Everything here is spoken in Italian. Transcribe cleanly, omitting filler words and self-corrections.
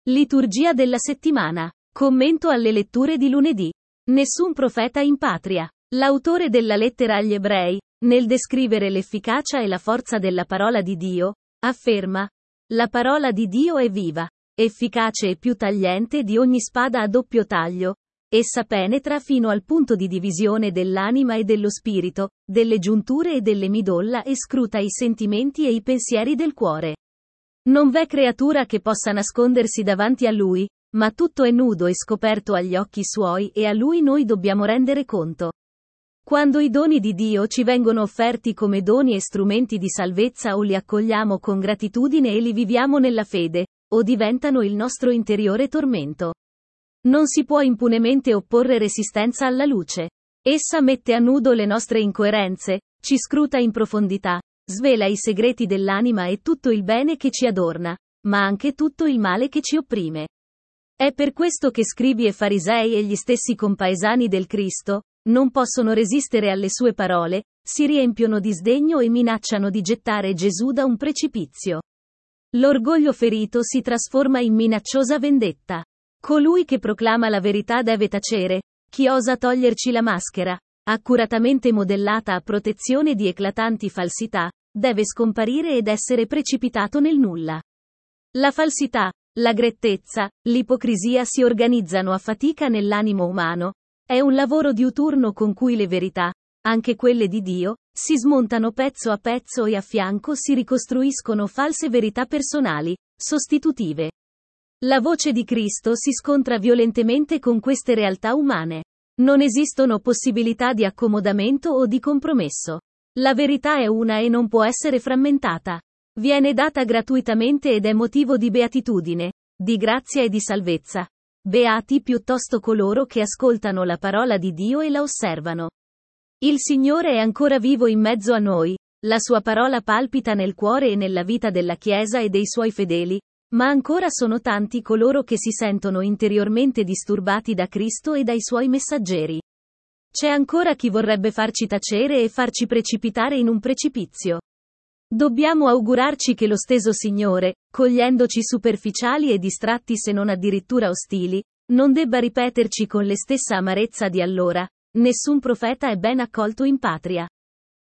Liturgia della settimana. Commento alle letture di lunedì. Nessun profeta in patria. L'autore della lettera agli Ebrei, nel descrivere l'efficacia e la forza della parola di Dio, afferma: la parola di Dio è viva, efficace e più tagliente di ogni spada a doppio taglio. Essa penetra fino al punto di divisione dell'anima e dello spirito, delle giunture e delle midolla e scruta i sentimenti e i pensieri del cuore. Non v'è creatura che possa nascondersi davanti a Lui, ma tutto è nudo e scoperto agli occhi Suoi e a Lui noi dobbiamo rendere conto. Quando i doni di Dio ci vengono offerti come doni e strumenti di salvezza o li accogliamo con gratitudine e li viviamo nella fede, o diventano il nostro interiore tormento. Non si può impunemente opporre resistenza alla luce. Essa mette a nudo le nostre incoerenze, ci scruta in profondità, svela i segreti dell'anima e tutto il bene che ci adorna, ma anche tutto il male che ci opprime. È per questo che scribi e farisei e gli stessi compaesani del Cristo non possono resistere alle sue parole, si riempiono di sdegno e minacciano di gettare Gesù da un precipizio. L'orgoglio ferito si trasforma in minacciosa vendetta. Colui che proclama la verità deve tacere, chi osa toglierci la maschera, accuratamente modellata a protezione di eclatanti falsità, deve scomparire ed essere precipitato nel nulla. La falsità, la grettezza, l'ipocrisia si organizzano a fatica nell'animo umano. È un lavoro diuturno con cui le verità, anche quelle di Dio, si smontano pezzo a pezzo e a fianco si ricostruiscono false verità personali, sostitutive. La voce di Cristo si scontra violentemente con queste realtà umane. Non esistono possibilità di accomodamento o di compromesso. La verità è una e non può essere frammentata. Viene data gratuitamente ed è motivo di beatitudine, di grazia e di salvezza. Beati piuttosto coloro che ascoltano la parola di Dio e la osservano. Il Signore è ancora vivo in mezzo a noi, la sua parola palpita nel cuore e nella vita della Chiesa e dei suoi fedeli, ma ancora sono tanti coloro che si sentono interiormente disturbati da Cristo e dai suoi messaggeri. C'è ancora chi vorrebbe farci tacere e farci precipitare in un precipizio. Dobbiamo augurarci che lo steso Signore, cogliendoci superficiali e distratti se non addirittura ostili, non debba ripeterci con la stessa amarezza di allora: nessun profeta è ben accolto in patria.